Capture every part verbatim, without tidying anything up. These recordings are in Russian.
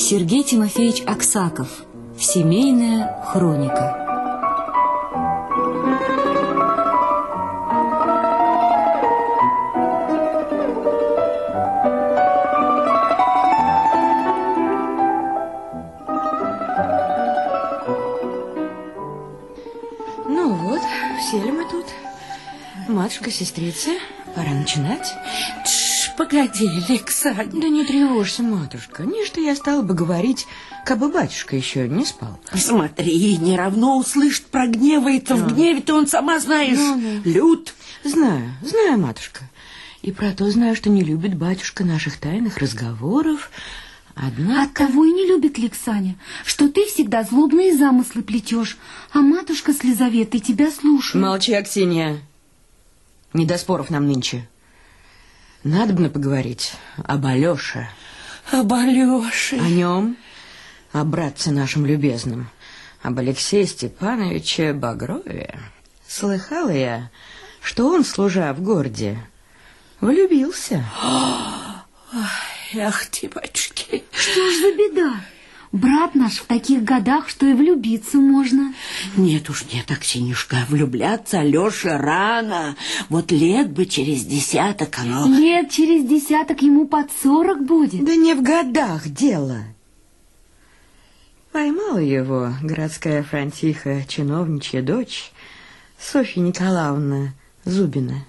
Сергей Тимофеевич Аксаков. Семейная хроника. Ну вот, сели мы тут. Матушка, сестрица, пора начинать. Тш, погоди, Александр. Да не тревожься, матушка. Не что я стала бы говорить, кабы батюшка еще не спал. Смотри, не равно услышит, прогневается. Ну. В гневе-то он, сама знаешь, ну, ну. лют. Знаю, знаю, матушка. И про то знаю, что не любит батюшка наших тайных разговоров. Однако... Оттого и не любит Лексаня, что ты всегда злобные замыслы плетешь, а матушка с Лизаветой тебя слушает. Молчи, Аксинья. Не до споров нам нынче. Надобно поговорить об Алёше. Об Алёше. О нем, о братце нашем любезном, об Алексее Степановиче Багрове. Слыхала я, что он, служа в городе, влюбился. Ах ты, батюшки. Что ж за беда? Брат наш в таких годах, что и влюбиться можно. Нет уж, нет, Аксинюшка, влюбляться Алёше рано. Вот лет бы через десяток оно... Лет через десяток ему под сорок будет. Да не в годах дело. Поймала его городская франтиха, чиновничья дочь, Софья Николаевна Зубина.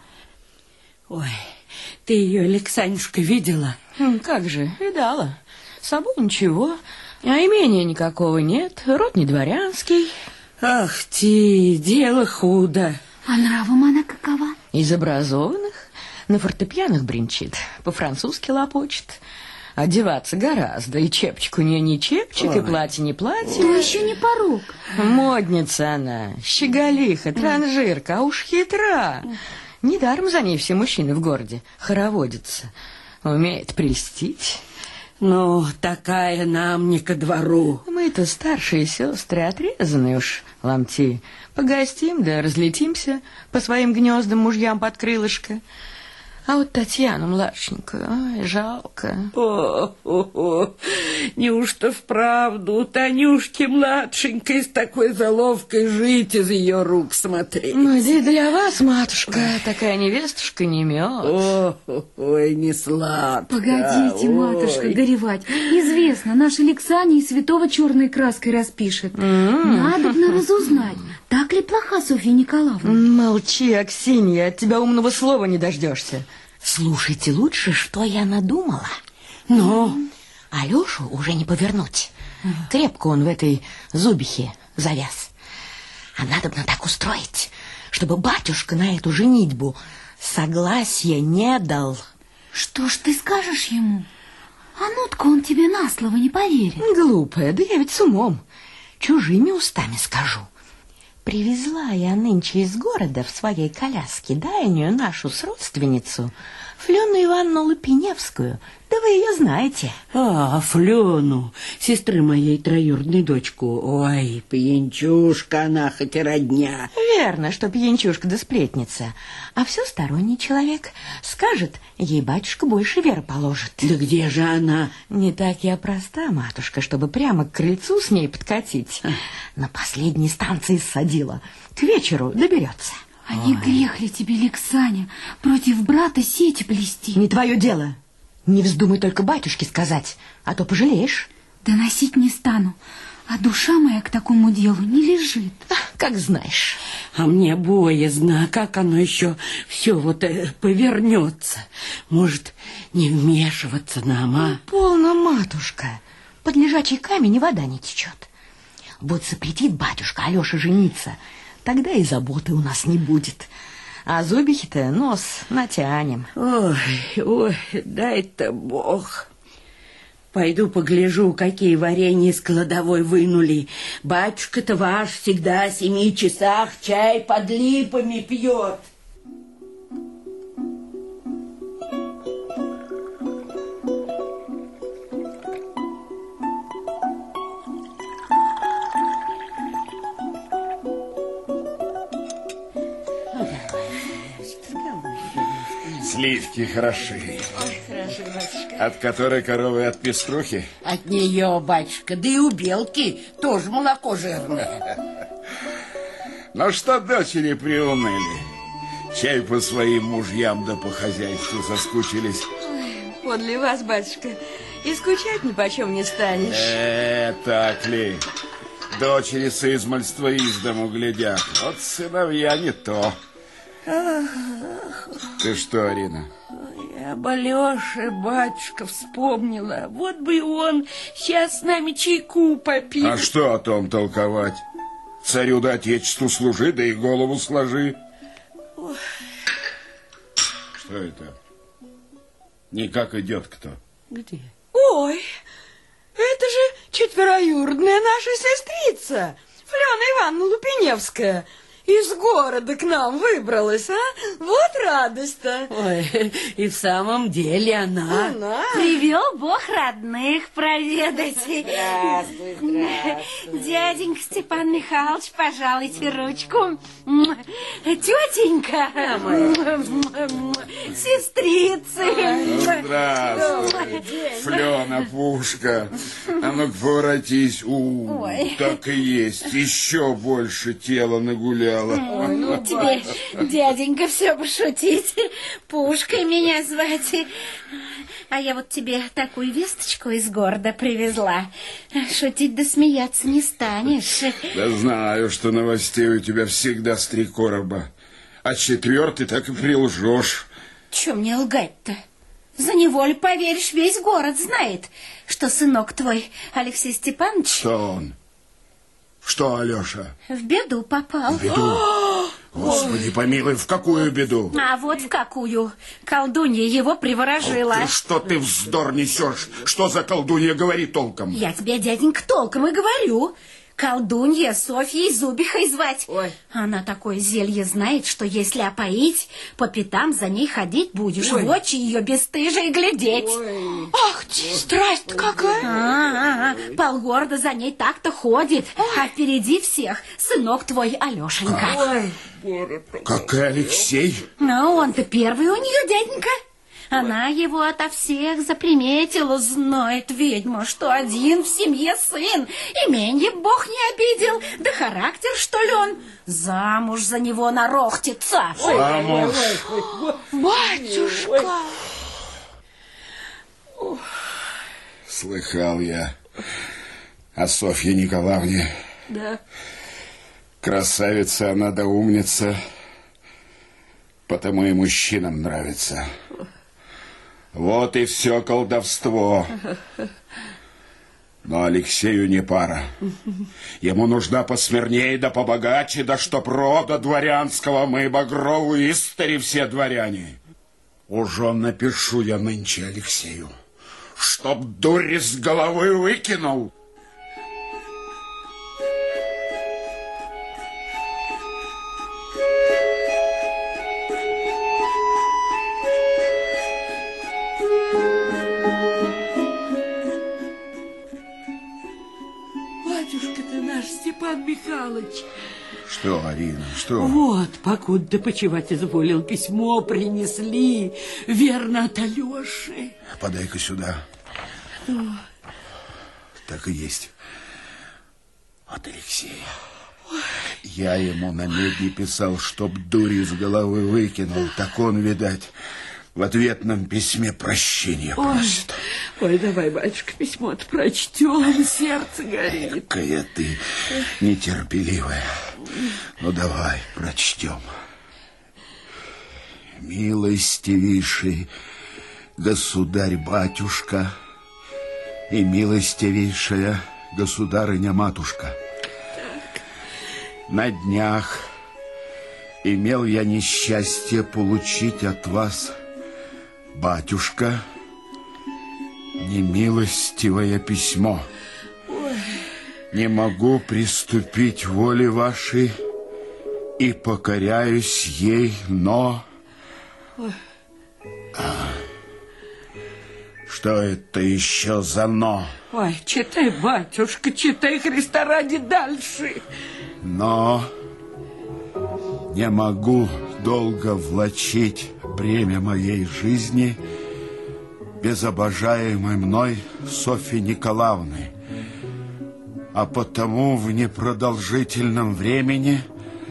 Ой, ты ее, Алексанюшка, видела? Как же, видала. Собой ничего, а имения никакого нет, род не дворянский. Ах ты, дело худо. А нравом она какова? Из образованных, на фортепианах бренчит, по-французски лопочет. Одеваться гораздо, и чепчик у нее не чепчик, Ой. И платье не платье. То еще не порок. Модница она, щеголиха, транжирка, а уж хитра. Недаром за ней все мужчины в городе хороводятся. Умеет прельстить. Ну, такая нам не ко двору. Мы-то старшие сестры, отрезаны уж ломти. Погостим, да разлетимся по своим гнездам мужьям под крылышко. А вот Татьяну младшенькую, ой, жалко. О-о-о, неужто вправду у Танюшки младшенькой с такой заловкой жить из ее рук смотреть? Ну, и для вас, матушка, такая невестушка не мед. Ой, не сладко. Погодите, матушка, ой. горевать. Известно, наш Александр и святого черной краской распишет. Mm-hmm. Надобно разузнать, так ли плоха Софья Николаевна. Молчи, Аксинья, от тебя умного слова не дождешься. Слушайте лучше, что я надумала. Но Алёшу уже не повернуть. Крепко он в этой зубихе завяз. А надобно так устроить, чтобы батюшка на эту женитьбу согласия не дал. Что ж ты скажешь ему? А ну-тка он тебе на слово не поверит. Глупая, да я ведь с умом. Чужими устами скажу. Привезла я нынче из города в своей коляске дальнюю нашу сродственницу, Флену Ивановну Лопиневскую. Да вы ее знаете. А, Флену, сестры моей троюродной дочку. Ой, пьянчушка она, хоть и родня. Верно, что пьянчушка да сплетница. А все сторонний человек. Скажет, ей батюшка больше веры положит. Да где же она? Не так я проста, матушка, чтобы прямо к крыльцу с ней подкатить. На последней станции ссадила. К вечеру доберется. А не грех ли тебе, Лексаня, против брата сети плести? Не твое дело. Не вздумай только батюшке сказать, а то пожалеешь. Доносить не стану, а душа моя к такому делу не лежит. Как знаешь. А мне боязно, как оно еще все вот э, повернется. Может, не вмешиваться нам, а? Ну, полно, матушка. Под лежачий камень и вода не течет. Вот запретит батюшка Алёше жениться, тогда и заботы у нас не будет. А зубихи-то нос натянем. Ой, ой, дай-то Бог. Пойду погляжу, какие варенья из кладовой вынули. Батюшка-то ваш всегда о семи часах чай под липами пьет. Сливки хороши. Ой, хорошо, батюшка. От которой коровы? От пеструхи? От нее, батюшка. Да и у белки тоже молоко жирное. Ну что, дочери приуныли? Чай по своим мужьям да по хозяйству соскучились. Ой, подле вас, батюшка, и скучать ни почем не станешь. Э, так ли? Дочери с измальства из дому глядят. Вот сыновья не то. Ты что, Арина? Я об Алёше, батюшка, вспомнила. Вот бы и он сейчас с нами чайку попил. А что о том толковать? Царю да отечеству служи, да и голову сложи. Ой. Что это? Никак идет кто? Где? Ой, это же четвероюродная наша сестрица, Флёна Ивановна Лупеневская. Из города к нам выбралась, а? Вот радость-то. Ой, и в самом деле она. Она. Привел Бог родных проведать. Здравствуй, здравствуй. Дяденька Степан Михайлович, пожалуйте ручку. Тетенька. Сестрицы. Здравствуй, Флёна Пушка. А ну-ка поворотись. У, Ой. так и есть. Еще больше тела нагуляла. Ой, ну тебе, дяденька, все пошутить. Пушкой меня звать. А я вот тебе такую весточку из города привезла. Шутить да смеяться не станешь. Да знаю, что новостей у тебя всегда с три короба. А четвертый так и прилжешь. Че мне лгать-то? За него ли поверишь, весь город знает, что сынок твой, Алексей Степанович... Что он? Что, Алёша? В беду попал. В беду? Господи, помилуй, в какую беду? А вот в какую. Колдунья его приворожила. Ты что ты вздор несешь? Что за колдунья? Говори толком. Я тебе, дяденька, толком и говорю. Колдунья Софьей Зубихой звать. Ой. Она такое зелье знает, что если опоить, по пятам за ней ходить будешь, Ой. в очи ее бесстыжие глядеть. Ой. Ах ты, страсть какая! А, -а, -а. Полгорода за ней так-то ходит, а впереди всех сынок твой Алешенька. Ой. Как и Алексей? Ну, он-то первый у нее, дяденька. Она его ото всех заприметила, знает ведьма, что один в семье сын. Именье Бог не обидел, да характер, что ли, он замуж за него нарохтится. Замуж? Батюшка! Слыхал я о Софье Николаевне. Да. Красавица она да умница, потому и мужчинам нравится. Вот и все колдовство. Но Алексею не пара. Ему нужна посмирнее да побогаче, да чтоб рода дворянского мы багровую истори все дворяне. Уже напишу я нынче Алексею, чтоб дури с головы выкинул. Степан Михайлович. Что, Арина, что? Вот, покуда ты почивать изволил, письмо принесли. Верно, от Алёши. Подай-ка сюда. Что? Так и есть. От Алексея. Я ему на медне писал, чтоб дури с головы выкинул. Так он, видать, в ответном письме прощения просит. Ой, давай, батюшка, письмо-то прочтем, сердце горит. Какая ты нетерпеливая. Ну, давай, прочтем. Милостивейший государь-батюшка и милостивейшая государыня-матушка. На днях имел я несчастье получить от вас, батюшка, немилостивое письмо. Ой. Не могу приступить воле вашей и покоряюсь ей, но... А, что это еще за но? Ой, читай, батюшка, читай, Христа ради, дальше. Но не могу долго влачить бремя моей жизни без обожаемой мной Софьи Николаевны, а потому в непродолжительном времени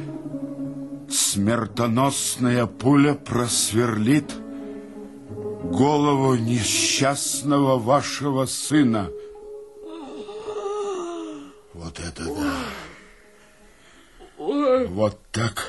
смертоносная пуля просверлит голову несчастного вашего сына. Вот это да. Вот так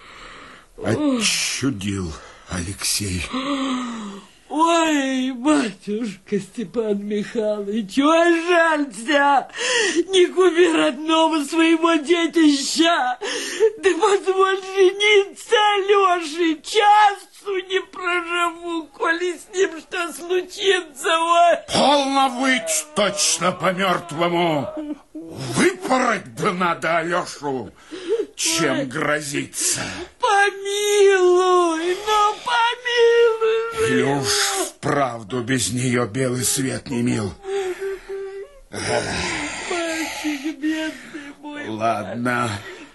отчудил Алексей. Ой, батюшка Степан Михайлович, ой, жалься, не губи родного своего детища, да позволь жениться Алёше, часу не проживу, коли с ним что случится, ой. Полно выть точно по-мертвому, выпороть бы надо Алёшу, чем ой. Грозиться. Помилуй, ну помилуй. Или уж вправду без нее белый свет не мил. Мальчик бедный мой. Ладно,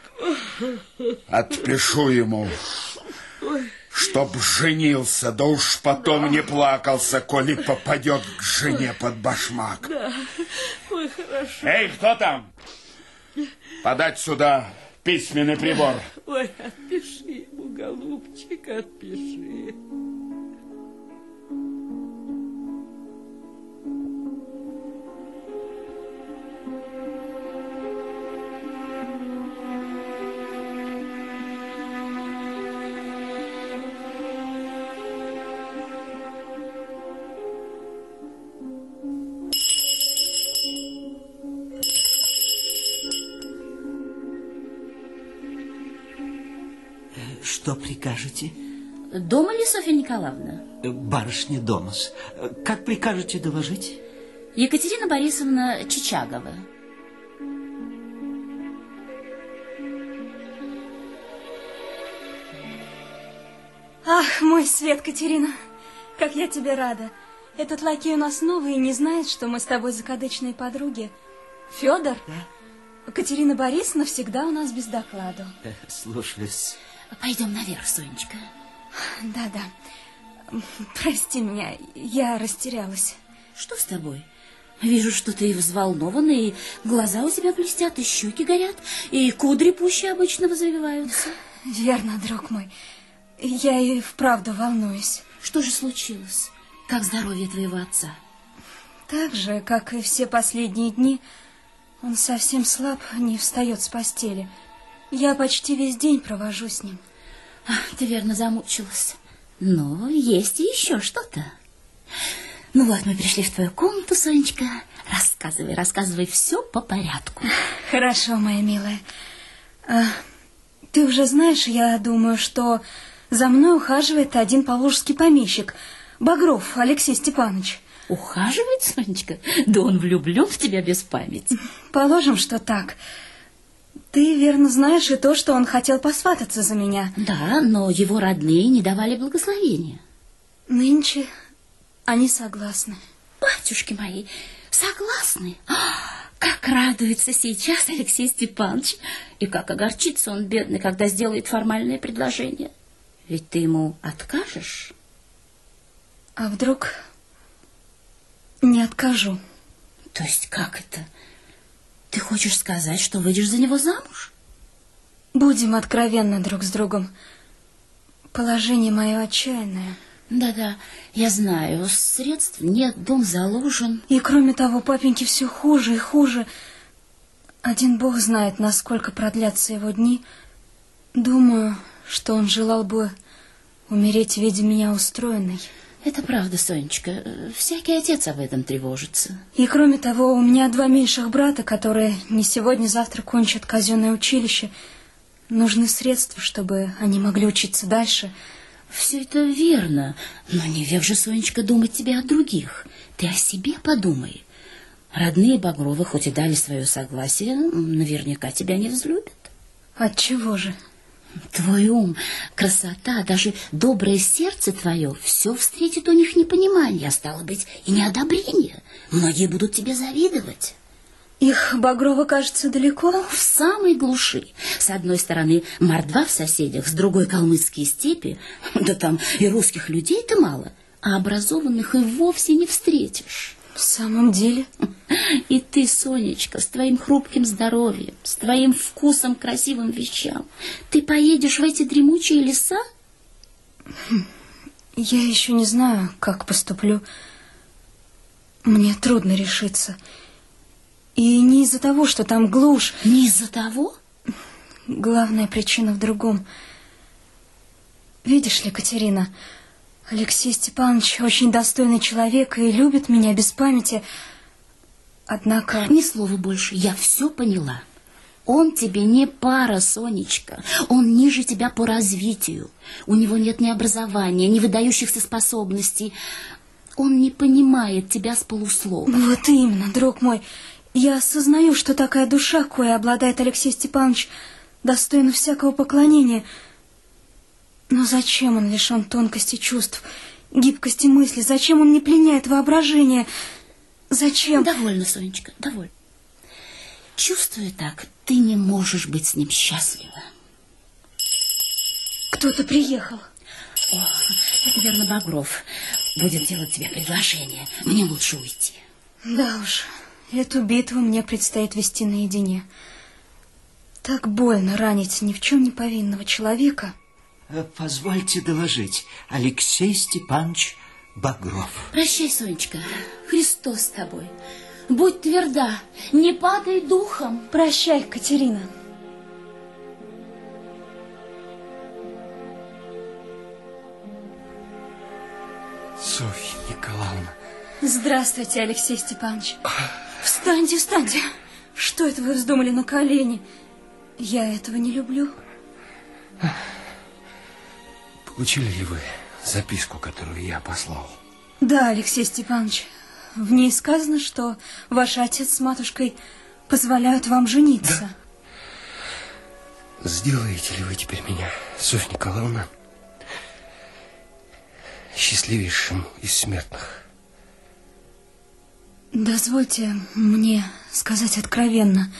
отпишу ему, чтоб женился, да уж потом не плакался, коли попадет к жене под башмак. Да, ой, хорошо. Эй, кто там? Подать сюда письменный прибор. Ой, отпиши ему, голубчик, отпиши. Что прикажете? Дома ли Софья Николаевна? Барышня дома-с. Как прикажете доложить? Екатерина Борисовна Чичагова. Ах, мой свет, Катерина, как я тебе рада. Этот лакей у нас новый и не знает, что мы с тобой закадычные подруги. Федор? Да? Катерина Борисовна всегда у нас без докладу. Слушаюсь. Пойдем наверх, Сонечка. Да-да. Прости меня, я растерялась. Что с тобой? Вижу, что ты взволнована, и глаза у тебя блестят, и щеки горят, и кудри пуще обычного завиваются. Верно, друг мой. Я и вправду волнуюсь. Что же случилось? Как здоровье твоего отца? Так же, как и все последние дни, он совсем слаб, не встает с постели. Я почти весь день провожу с ним. Ты верно замучилась. Но есть еще что-то. Ну вот, мы пришли в твою комнату, Сонечка. Рассказывай, рассказывай все по порядку. Хорошо, моя милая. А, ты уже знаешь, я думаю, что за мной ухаживает один поволжский помещик, Багров Алексей Степанович. Ухаживает, Сонечка? Да он влюблен в тебя без памяти. Положим, что так. Ты верно знаешь и то, что он хотел посвататься за меня. Да, но его родные не давали благословения. Нынче они согласны. Батюшки мои, согласны? Как радуется сейчас Алексей Степанович. И как огорчится он, бедный, когда сделает формальное предложение. Ведь ты ему откажешь? А вдруг не откажу? То есть как это? Ты хочешь сказать, что выйдешь за него замуж? Будем откровенны друг с другом. Положение мое отчаянное. Да-да, я знаю, средств нет, дом заложен. И кроме того, папеньке все хуже и хуже. Один Бог знает, насколько продлятся его дни. Думаю, что он желал бы умереть, видя меня устроенной. Это правда, Сонечка. Всякий отец об этом тревожится. И кроме того, у меня два меньших брата, которые не сегодня-завтра кончат казенное училище. Нужны средства, чтобы они могли учиться дальше. Все это верно, но не век же, Сонечка, думать тебе о других. Ты о себе подумай. Родные Багровы хоть и дали свое согласие, наверняка тебя не взлюбят. Отчего же? Твой ум, красота, даже доброе сердце твое все встретит у них непонимание, а стало быть, и неодобрение. Многие будут тебе завидовать. Их Багрово, кажется, далеко. В самой глуши. С одной стороны мордва в соседях, с другой калмыцкие степи. Да там и русских людей-то мало, а образованных и вовсе не встретишь. В самом деле? И ты, Сонечка, с твоим хрупким здоровьем, с твоим вкусом к красивым вещам, ты поедешь в эти дремучие леса? Я еще не знаю, как поступлю. Мне трудно решиться. И не из-за того, что там глушь. Не из-за того? Главная причина в другом. Видишь ли, Катерина, Алексей Степанович очень достойный человек и любит меня без памяти. Однако... Ни слова больше, я все поняла. Он тебе не пара, Сонечка. Он ниже тебя по развитию. У него нет ни образования, ни выдающихся способностей. Он не понимает тебя с полуслова. Вот именно, друг мой. Я осознаю, что такая душа, кое обладает Алексей Степанович, достойна всякого поклонения. Но зачем он лишен тонкости чувств, гибкости мысли? Зачем он не пленяет воображение? Зачем? Довольно, Сонечка, довольно. Чувствуя так, ты не можешь быть с ним счастлива. Кто-то приехал. О, это, верно, Багров будет делать тебе предложение. Мне лучше уйти. Да уж, эту битву мне предстоит вести наедине. Так больно ранить ни в чем не повинного человека. Позвольте доложить, Алексей Степанович Багров. Прощай, Сонечка, Христос с тобой. Будь тверда, не падай духом. Прощай, Катерина. Софья Николаевна. Здравствуйте, Алексей Степанович. Встаньте, встаньте. Что это вы вздумали на колени? Я этого не люблю. Получили ли вы записку, которую я послал? Да, Алексей Степанович. В ней сказано, что ваш отец с матушкой позволяют вам жениться. Да. Сделаете ли вы теперь меня, Софья Николаевна, счастливейшим из смертных? Дозвольте мне сказать откровенно.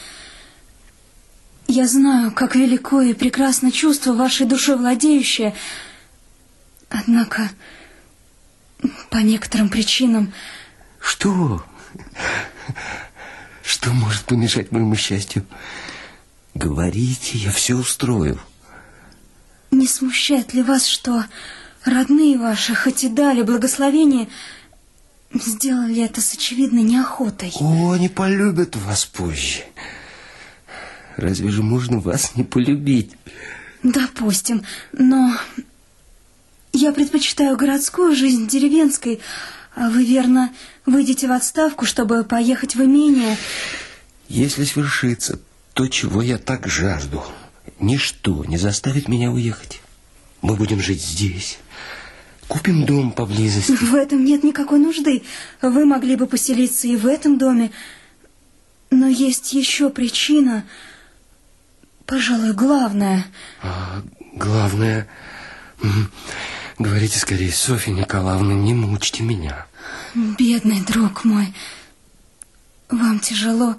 Я знаю, как велико и прекрасно чувство вашей душой владеющее. Однако, по некоторым причинам... Что? Что может помешать моему счастью? Говорите, я все устрою. Не смущает ли вас, что родные ваши, хоть и дали благословение, сделали это с очевидной неохотой? О, они полюбят вас позже. Разве же можно вас не полюбить? Допустим, но я предпочитаю городскую жизнь деревенской, а вы, верно, выйдете в отставку, чтобы поехать в имение. Если свершится то, чего я так жажду, ничто не заставит меня уехать. Мы будем жить здесь. Купим дом поблизости. В этом нет никакой нужды. Вы могли бы поселиться и в этом доме. Но есть еще причина, пожалуй, главная. А, главное... Говорите скорее, Софья Николаевна, не мучьте меня. Бедный друг мой, вам тяжело,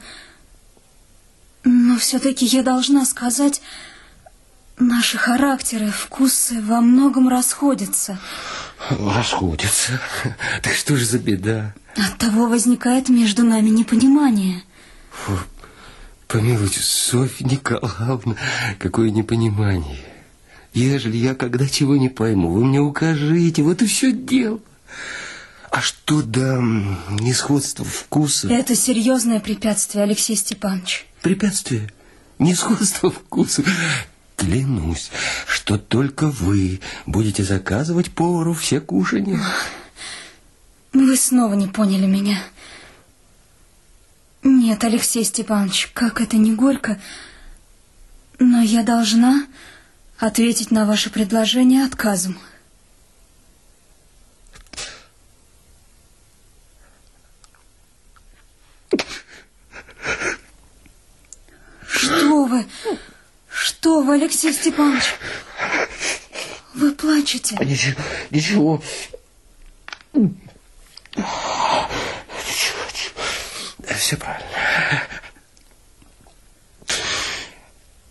но все-таки я должна сказать, наши характеры, вкусы во многом расходятся. Расходятся? Так что же за беда? Оттого возникает между нами непонимание. Фу, помилуйте, Софья Николаевна, какое непонимание. Ежели я когда чего не пойму, вы мне укажите, вот и все дело. А что до несходства вкуса? Это серьезное препятствие, Алексей Степанович. Препятствие? Несходство вкуса? Клянусь, что только вы будете заказывать повару все кушанья. Вы снова не поняли меня. Нет, Алексей Степанович, как это не горько, но я должна ответить на ваше предложение отказом. Что вы? Что вы, Алексей Степанович? Вы плачете? Ничего, ничего. Все правильно.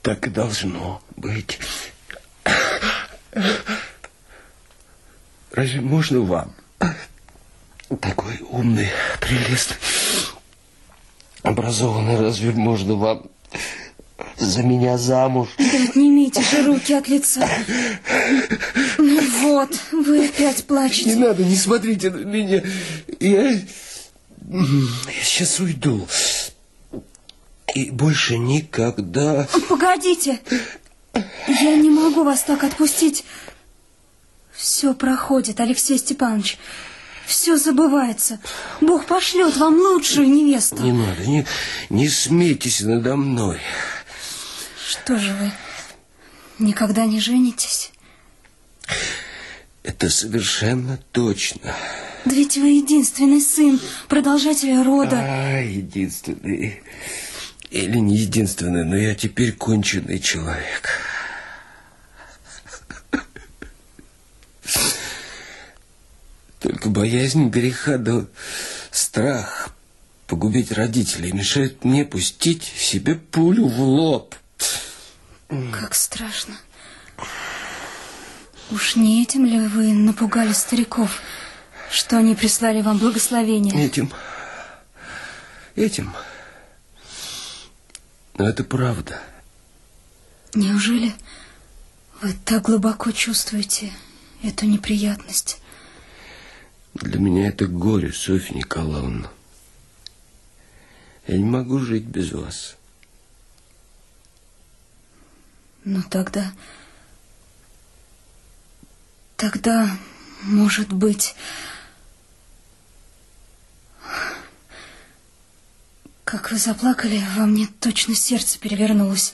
Так и должно быть. Разве можно вам, такой умный, прелестный, образованный, разве можно вам за меня замуж? Да отнимите же руки от лица. Ну вот, вы опять плачете. Не надо, не смотрите на меня. Я, я сейчас уйду. И больше никогда... Погодите. Я не могу вас так отпустить. Все проходит, Алексей Степанович. Все забывается. Бог пошлет вам лучшую невесту. Не надо, не, не смейтесь надо мной. Что же вы, никогда не женитесь? Это совершенно точно. Да ведь вы единственный сын, продолжатель рода. А, единственный. Или не единственный, но я теперь конченый человек. Только боязнь греха да страх погубить родителей мешает мне пустить себе пулю в лоб. Как страшно. Уж не этим ли вы напугали стариков, что они прислали вам благословение? Этим. Этим. Но это правда. Неужели вы так глубоко чувствуете эту неприятность? Для меня это горе, Софья Николаевна. Я не могу жить без вас. Ну тогда... Тогда, может быть... Как вы заплакали, во мне точно сердце перевернулось.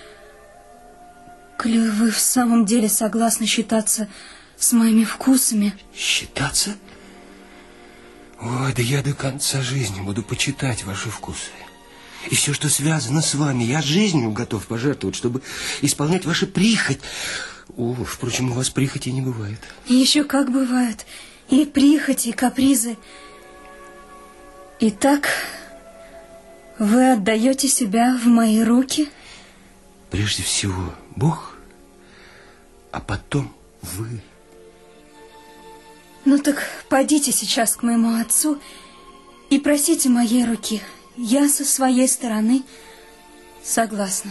Коли вы в самом деле согласны считаться с моими вкусами... Считаться? Ой, да я до конца жизни буду почитать ваши вкусы. И все, что связано с вами, я жизнью готов пожертвовать, чтобы исполнять ваши прихоть. О, впрочем, у вас прихоти не бывает. Еще как бывает. И прихоти, и капризы. Итак, вы отдаете себя в мои руки? Прежде всего Бог, а потом вы. Ну так пойдите сейчас к моему отцу и просите моей руки. Я со своей стороны согласна.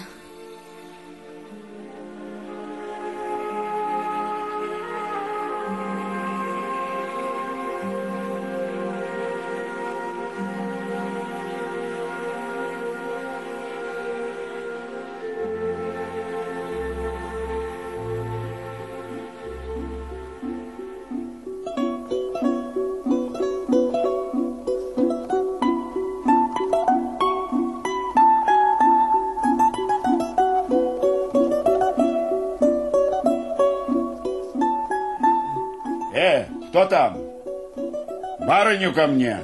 Э, кто там? Барыню ко мне.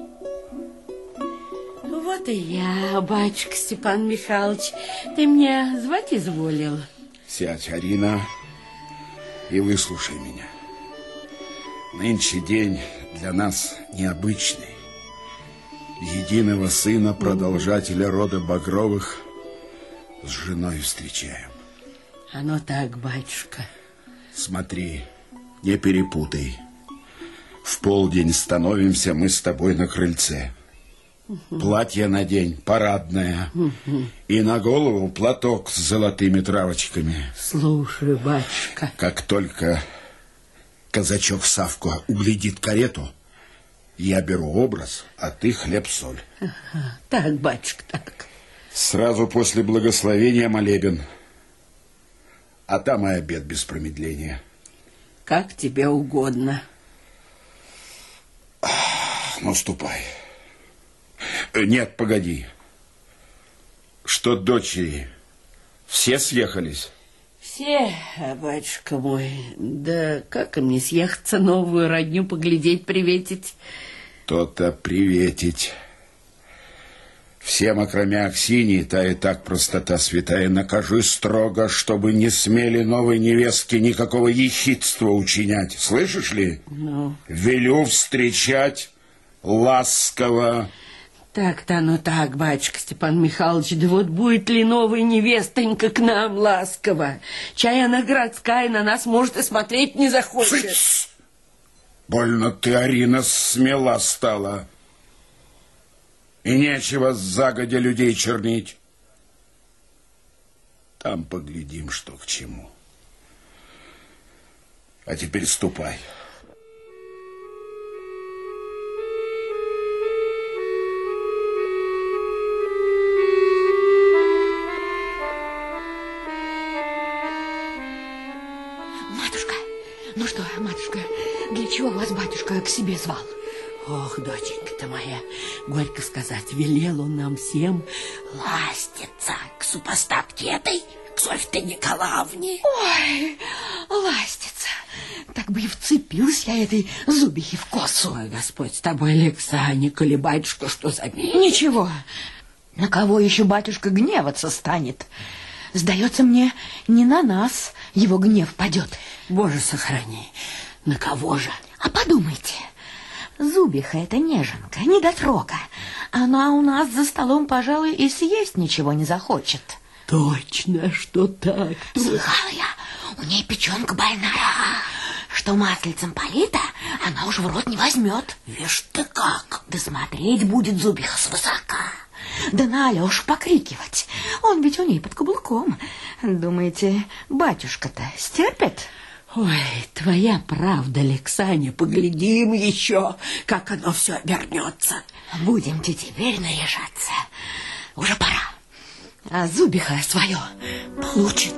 Вот и я, батюшка Степан Михайлович. Ты мне звать изволил? Сядь, Арина, и выслушай меня. Нынче день для нас необычный. Единого сына, продолжателя рода Багровых, с женой встречаем. Оно так, батюшка. Смотри, не перепутай. В полдень становимся мы с тобой на крыльце. Угу. Платье надень, парадное. Угу. И на голову платок с золотыми травочками. Слушай, батюшка. Как только казачок Савко углядит карету, я беру образ, а ты хлеб-соль. Ага. Так, батюшка, так. Сразу после благословения молебен. А там и обед без промедления. Как тебе угодно. Ну, ступай. Нет, погоди. Что дочери? Все съехались? Все, батюшка мой. Да как им не съехаться, новую родню поглядеть, приветить? То-то приветить. Всем, окромя Аксиньи, та и так простота святая, накажи строго, чтобы не смели новой невестке никакого ехидства учинять. Слышишь ли? Ну? Велю встречать ласково. Так-то оно так, батюшка Степан Михайлович, да вот будет ли новая невестонька к нам ласково? Чай она городская, на нас, может, и смотреть не захочет. Цыц! Больно ты, Арина, смела стала. И нечего загодя людей чернить. Там поглядим, что к чему. А теперь ступай. Ну что, матушка, для чего вас батюшка к себе звал? Ох, доченька-то моя, горько сказать, велел он нам всем ластиться к супостатке этой, к Софье Николаевне. Ой, ластиться. Так бы и вцепился я этой зубихи в косу. Ой, Господь с тобой, Александр, коли батюшка что заметит. Ничего, на кого еще батюшка гневаться станет? Сдается мне, не на нас его гнев падет. Боже, сохрани, на кого же? А подумайте, Зубиха это неженка, недотрока. Она у нас за столом, пожалуй, и съесть ничего не захочет. Точно, что так. Слыхала я, у ней печенка больная, что маслицем полита она уж в рот не возьмет. Вишь ты как? Да смотреть будет Зубиха свысока. Да на Алёшу покрикивать. Он ведь у ней под каблуком. Думаете, батюшка-то стерпит? Ой, твоя правда, Александр, поглядим еще, как оно все обернется. Будемте теперь наряжаться. Уже пора. А Зубиха свое получит.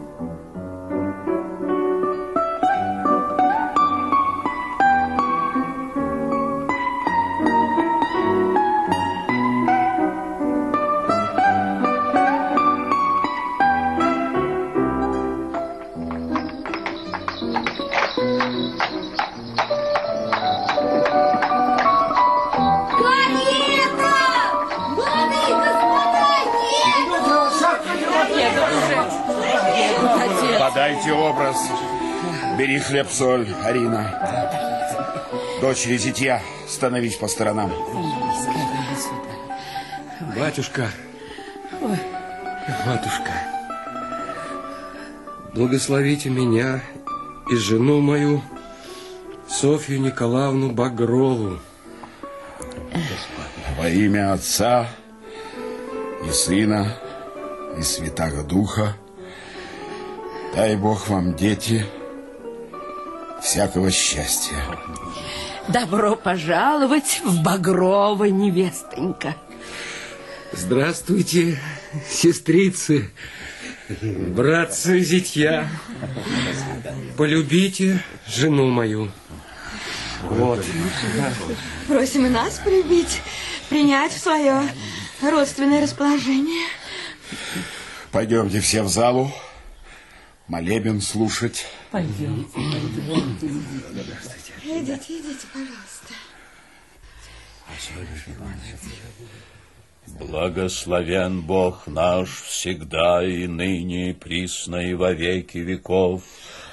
Подайте образ. Бери хлеб-соль, Арина. Дочери зятья, становись по сторонам. Батюшка, матушка, благословите меня и жену мою, Софью Николаевну Багрову. Во имя Отца и Сына и Святаго Духа. Дай Бог вам, дети, всякого счастья. Добро пожаловать в Багрова, невестонька. Здравствуйте, сестрицы, братцы, зятья. Полюбите жену мою. Вот. Просим и нас полюбить, принять в свое родственное расположение. Пойдемте все в залу. Молебен слушать. Пойдем. Идите, идите, пожалуйста. Благословен Бог наш всегда и ныне, и присно, и во веки веков.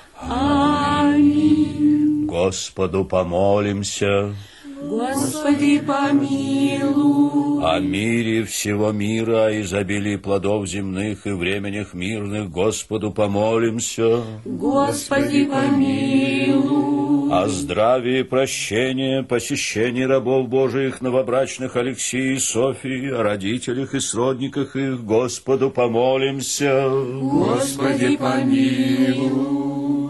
Аминь. Господу помолимся. Господи, помилуй. О мире всего мира, о изобилии плодов земных и временях мирных Господу помолимся. Господи, помилуй. О здравии и прощении, посещении рабов Божиих новобрачных Алексея и Софии, о родителях и сродниках их Господу помолимся. Господи, помилуй.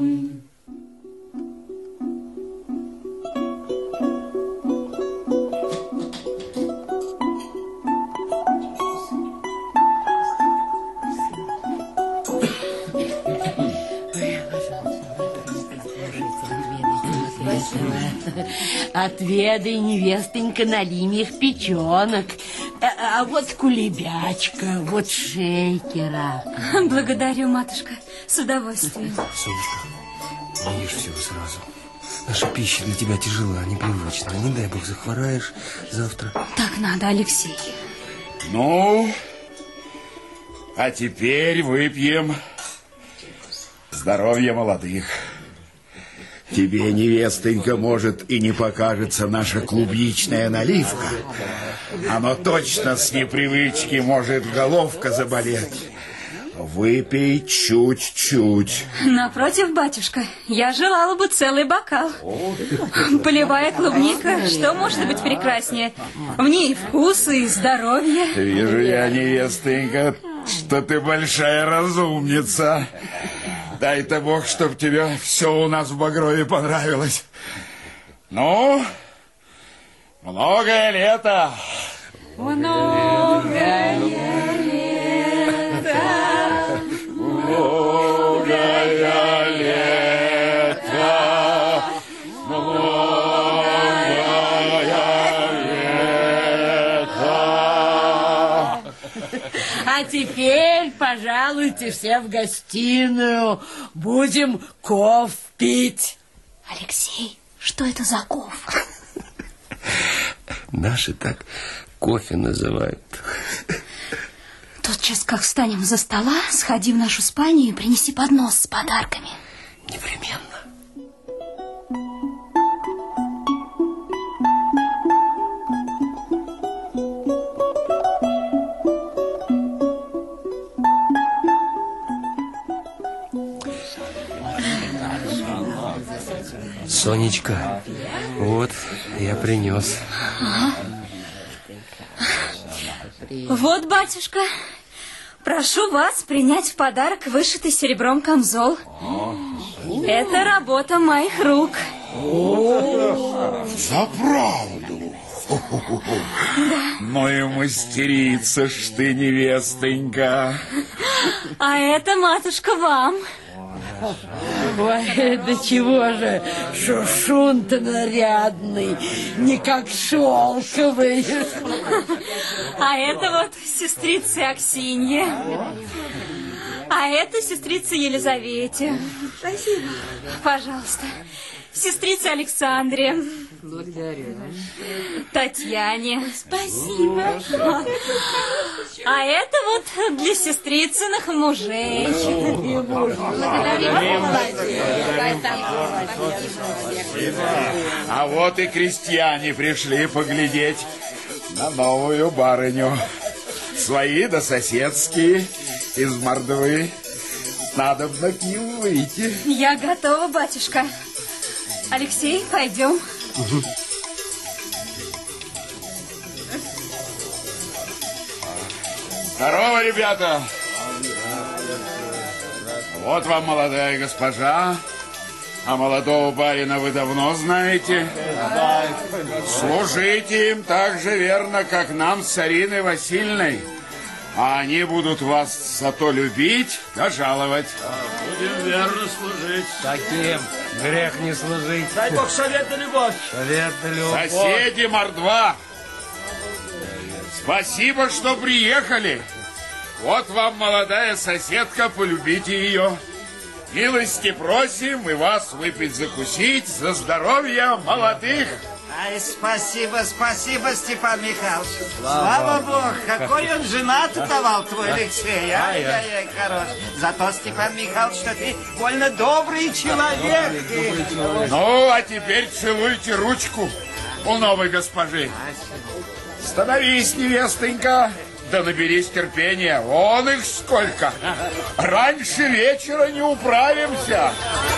Отведай, невестонька, налим их печенок. А, а вот кулебячка, вот шейкера. Благодарю, матушка, с удовольствием. Сонечка, не ешь всего сразу. Наша пища для тебя тяжела, непривычна. Не дай бог захвораешь завтра. Так надо, Алексей. Ну, а теперь выпьем здоровья молодых. Тебе, невестонька, может, и не покажется наша клубничная наливка, Оно точно с непривычки может головка заболеть. Выпей чуть-чуть. Напротив, батюшка, я желала бы целый бокал. Полевая клубника, что может быть прекраснее? В ней и вкус, и здоровье. Вижу я, невестонька, что ты большая разумница. Дай-то Бог, чтоб тебе все у нас в Багрове понравилось. Ну, многое лето. Многое лето. Многое лето. Многое лето. А теперь, пожалуйте все в гостиную. Будем ков пить. Алексей, что это за ков? Наши так кофе называют. Тотчас, как встанем за стола, сходи в нашу спальню и принеси поднос с подарками. Непременно. Сонечка, вот я принес. Ага. Вот, батюшка, прошу вас принять в подарок вышитый серебром камзол. Это работа моих рук. За правду? Да. Ну и мастерица ж ты, невестонька. А это, матушка, вам. Ой, да чего же, шушун-то нарядный, не как шелковый. А это вот сестрица Аксинья. А это сестрица Елизавете. Спасибо. Пожалуйста. Сестрица Александре. Благодарю. Татьяне. Спасибо. А это вот для сестрицыных мужей. А вот и крестьяне пришли поглядеть на новую барыню. Свои да соседские из Мордвы. Надо бы к ним выйти. Я готова, батюшка. Алексей, пойдем. Угу. Здорово, ребята. Вот вам молодая госпожа. А молодого барина вы давно знаете? Да. Служите им так же верно, как нам с Ариной Васильевной. А они будут вас зато любить да жаловать. Будем верно служить. Таким грех не служить. Дай Бог совет да любовь. Совет да любовь. Соседи Мордва, спасибо, что приехали. Вот вам молодая соседка, полюбите ее. Милости просим и вас выпить закусить за здоровье молодых. Ай, спасибо, спасибо, Степан Михайлович. Слава, Слава Богу, какой он женат давал твой Алексей. Ай-яй-яй, хорош. Зато, Степан Михайлович, что ты больно добрый человек. Ну, а теперь целуйте ручку у новой госпожи. Становись, невестонька, да наберись терпения. Вон их сколько. Раньше вечера не управимся.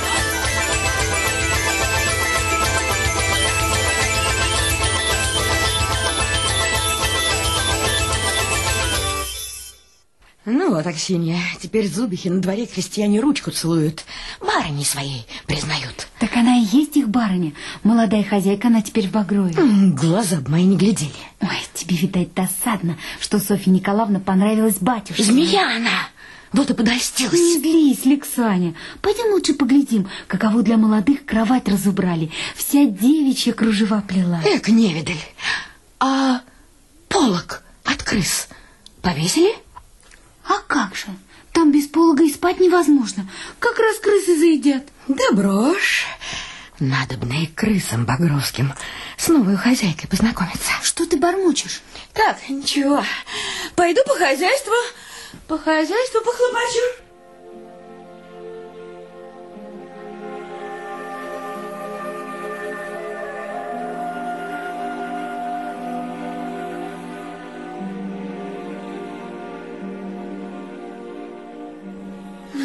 Ну вот, Аксинья, теперь Зубихи на дворе крестьяне ручку целуют. Барыни своей признают. Так она и есть их барыня. Молодая хозяйка, она теперь в Багрове. Глаза бы мои не глядели. Ой, тебе, видать, досадно, что Софья Николаевна понравилась батюшке. Змея она! Вот и подольстилась. Не злись, Лексаня. Пойдем лучше поглядим, каково для молодых кровать разубрали. Вся девичья кружева плела. Эк, невидаль. А полог от крыс повесили? А как же? Там без полога и спать невозможно. Как раз крысы заедят. Да брошь. Надобно и крысам багровским с новой хозяйкой познакомиться. Что ты бормочешь? Так, ничего. Пойду по хозяйству. По хозяйству похлопочу.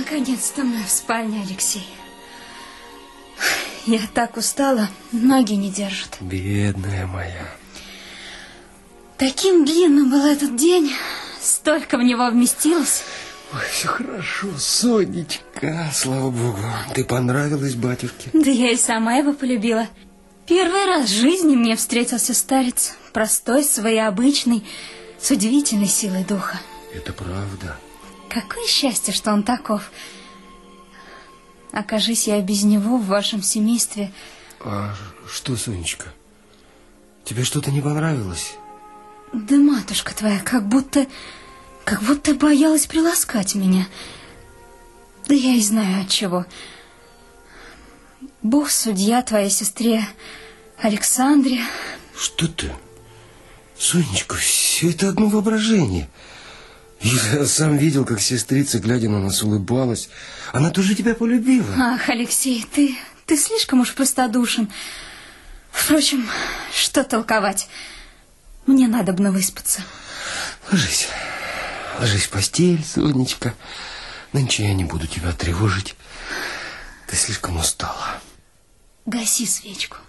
Наконец-то мы в спальне, Алексей. Я так устала, ноги не держат. Бедная моя. Таким длинным был этот день, столько в него вместилось. Ой, все хорошо, Сонечка, слава богу. Ты понравилась батюшке? Да я и сама его полюбила. Первый раз в жизни мне встретился старец, простой, своеобычный, с удивительной силой духа. Это правда. Какое счастье, что он таков. Окажись я без него в вашем семействе. А что, Сонечка? Тебе что-то не понравилось? Да матушка твоя как будто... Как будто боялась приласкать меня. Да я и знаю от чего. Бог судья твоей сестре Александре. Что ты? Сонечка, все это одно воображение. Я сам видел, как сестрица, глядя на нас, улыбалась. Она тоже тебя полюбила. Ах, Алексей, ты, ты слишком уж простодушен. Впрочем, что толковать? Мне надобно выспаться. Ложись. Ложись в постель, Сонечка. Нынче я не буду тебя тревожить. Ты слишком устала. Гаси свечку.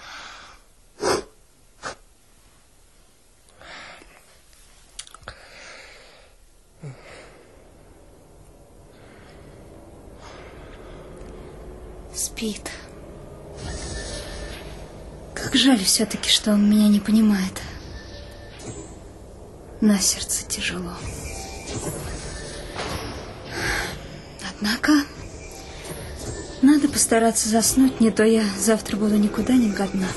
Спит. Как жаль все-таки, что он меня не понимает. На сердце тяжело. Однако надо постараться заснуть, не то я завтра буду никуда не годна.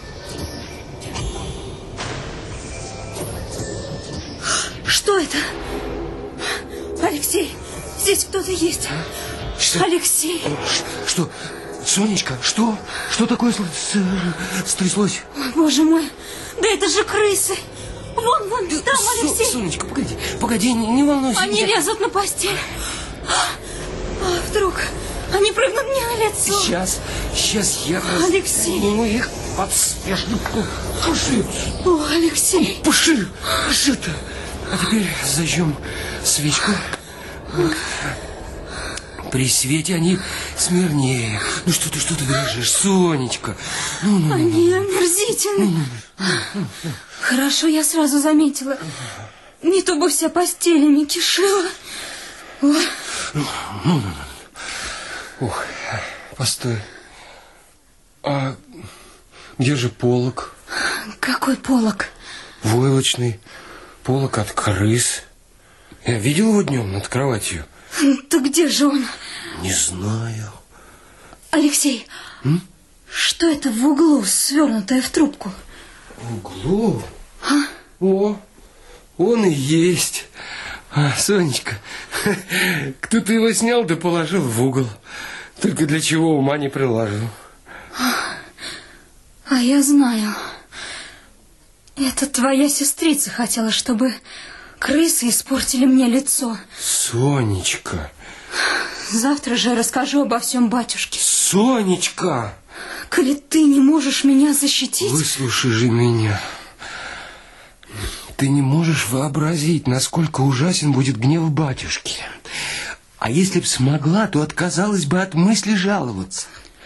Что это? Алексей, здесь кто-то есть. Что? Алексей. Что? Сонечка, что? Что такое стряслось? Ой, боже мой, да это же крысы. Вон, вон, там, Алексей. Сонечка, погоди, погоди, не, не волнуйся. Они я... лезут на постель. А вдруг они прыгнут мне на лицо? Сейчас, сейчас я Алексей. разниму их подспешно. Пуши. О, Алексей. Пуши, пуши-то. А теперь зажжем свечку. Вот. При свете они смирнее. Ну что ты, что ты дрожишь, Сонечка? Ну, ну, они ну, омерзительны. Ну, ну, ну. Хорошо, я сразу заметила. Не то бы вся постель ими кишела. Ой. Ну, ну, ну. Ух, постой. А где же полог? Какой полог? Войлочный. Полог от крыс. Я видел его днем над кроватью. Да где же он? Не знаю. Алексей, М? что это в углу, свернутое в трубку? В углу? А? О, он и есть. А, Сонечка, кто-то его снял да положил в угол. Только для чего ума не приложил. А я знаю. Это твоя сестрица хотела, чтобы крысы испортили мне лицо. Сонечка. Завтра же расскажу обо всем батюшке. Сонечка! Коли ты не можешь меня защитить... Выслушай же меня. Ты не можешь вообразить, насколько ужасен будет гнев батюшки. А если б смогла, то отказалась бы от мысли жаловаться.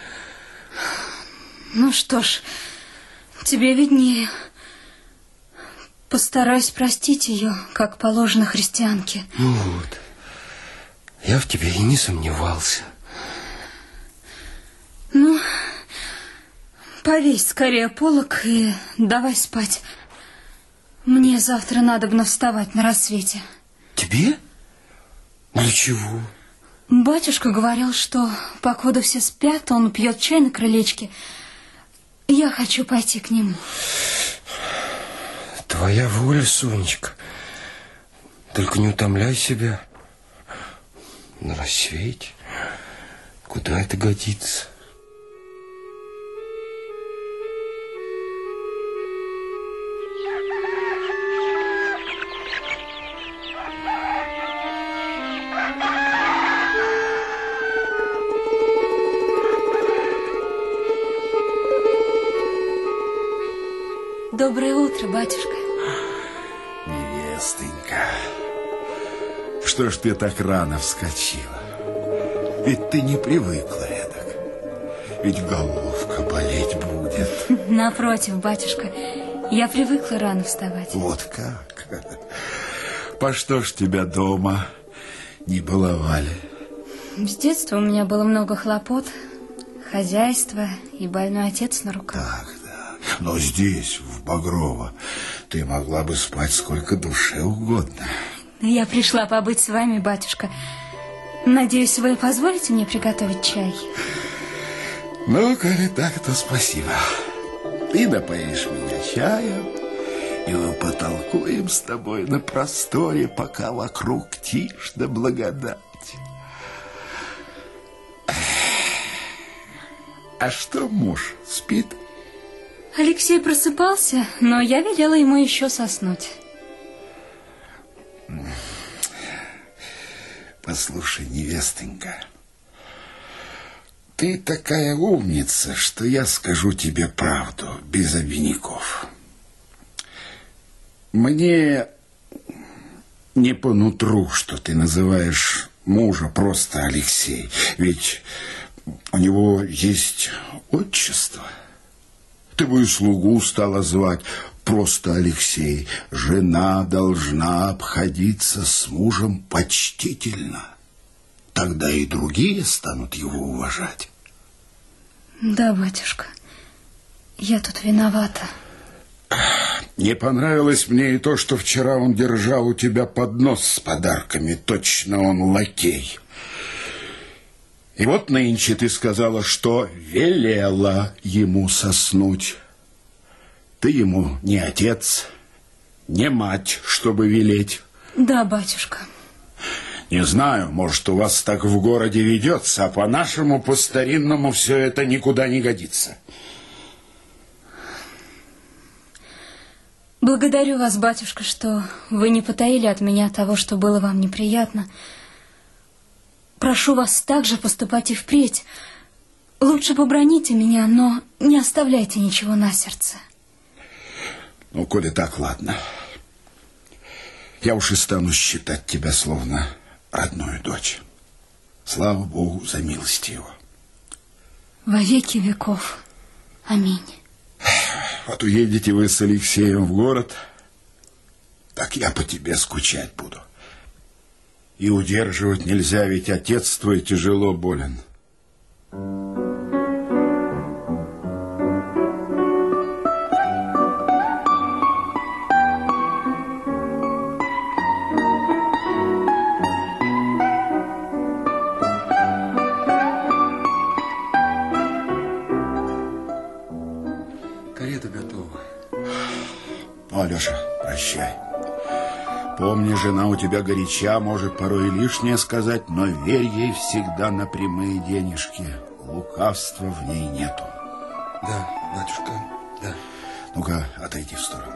Ну что ж, тебе виднее. Постараюсь простить ее, как положено христианке. Ну вот. Я в тебе и не сомневался. Ну, повесь скорее полог и давай спать. Мне завтра надобно вставать на рассвете. Тебе? Для чего? Батюшка говорил, что покуда все спят, он пьет чай на крылечке. Я хочу пойти к нему. Твоя воля, Сонечка. Только не утомляй себя. На рассвете. Куда это годится? Доброе утро, батюшка. Невестонька, что ж ты так рано вскочила? Ведь ты не привыкла эдак. Ведь головка болеть будет. Напротив, батюшка, я привыкла рано вставать. Вот как? По что ж тебя дома не баловали? С детства у меня было много хлопот, хозяйство и больной отец на руках. Так, да. Но здесь, в Багрово, ты могла бы спать сколько душе угодно. Я пришла побыть с вами, батюшка. Надеюсь, вы позволите мне приготовить чай? Ну, коли так, то спасибо. Ты напоишь меня чаем, и мы потолкуем с тобой на просторе, пока вокруг тишь да благодать. А что муж, спит? Алексей просыпался, но я велела ему еще соснуть. Послушай, невестонька, ты такая умница, что я скажу тебе правду, без обиняков. Мне не по нутру, что ты называешь мужа просто Алексей, ведь у него есть отчество. Ты бы и слугу стала звать просто Алексей. Жена должна обходиться с мужем почтительно. Тогда и другие станут его уважать. Да, батюшка, я тут виновата. Не понравилось мне и то, что вчера он держал у тебя поднос с подарками. Точно он лакей. И вот нынче ты сказала, что велела ему соснуть. Ты ему не отец, не мать, чтобы велеть. Да, батюшка. Не знаю, может, у вас так в городе ведется, а по-нашему, по-старинному все это никуда не годится. Благодарю вас, батюшка, что вы не потаили от меня того, что было вам неприятно. Прошу вас также поступать и впредь. Лучше побраните меня, но не оставляйте ничего на сердце. Ну, коли так, ладно. Я уж и стану считать тебя словно родную дочь. Слава Богу за милость его. Во веки веков. Аминь. Вот уедете вы с Алексеем в город, так я по тебе скучать буду. И удерживать нельзя, ведь отец твой тяжело болен. Карета готова. Ну, Алеша, прощай. Помни, жена у тебя горяча, может порой и лишнее сказать, но верь ей всегда на прямые денежки. Лукавства в ней нету. Да, батюшка, да. Ну-ка, отойди в сторону.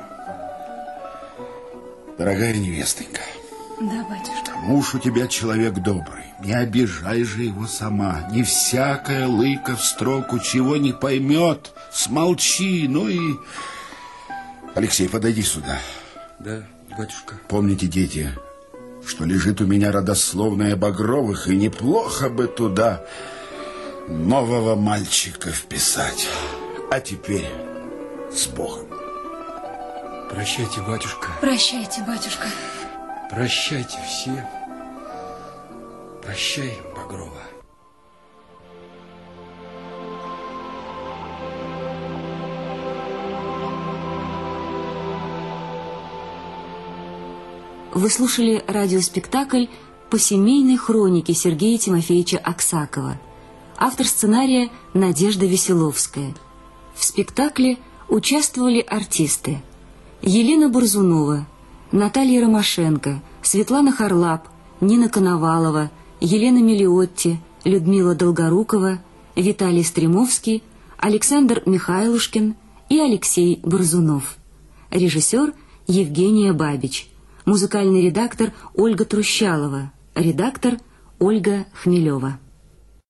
Дорогая невестонька. Да, батюшка. Муж у тебя человек добрый. Не обижай же его сама. Не всякая лыка в строку чего не поймет. Смолчи, ну и... Алексей, подойди сюда. Да, батюшка. Помните, дети, что лежит у меня родословная Багровых, и неплохо бы туда нового мальчика вписать. А теперь с Богом. Прощайте, батюшка. Прощайте, батюшка. Прощайте все. Прощай, Багрова. Вы слушали радиоспектакль «По семейной хронике» Сергея Тимофеевича Аксакова. Автор сценария Надежда Веселовская. В спектакле участвовали артисты: Елена Борзунова, Наталья Ромашенко, Светлана Харлап, Нина Коновалова, Елена Мелиотти, Людмила Долгорукова, Виталий Стремовский, Александр Михайлушкин и Алексей Борзунов. Режиссер Евгения Бабич. Музыкальный редактор Ольга Трущалова. Редактор Ольга Хмелева.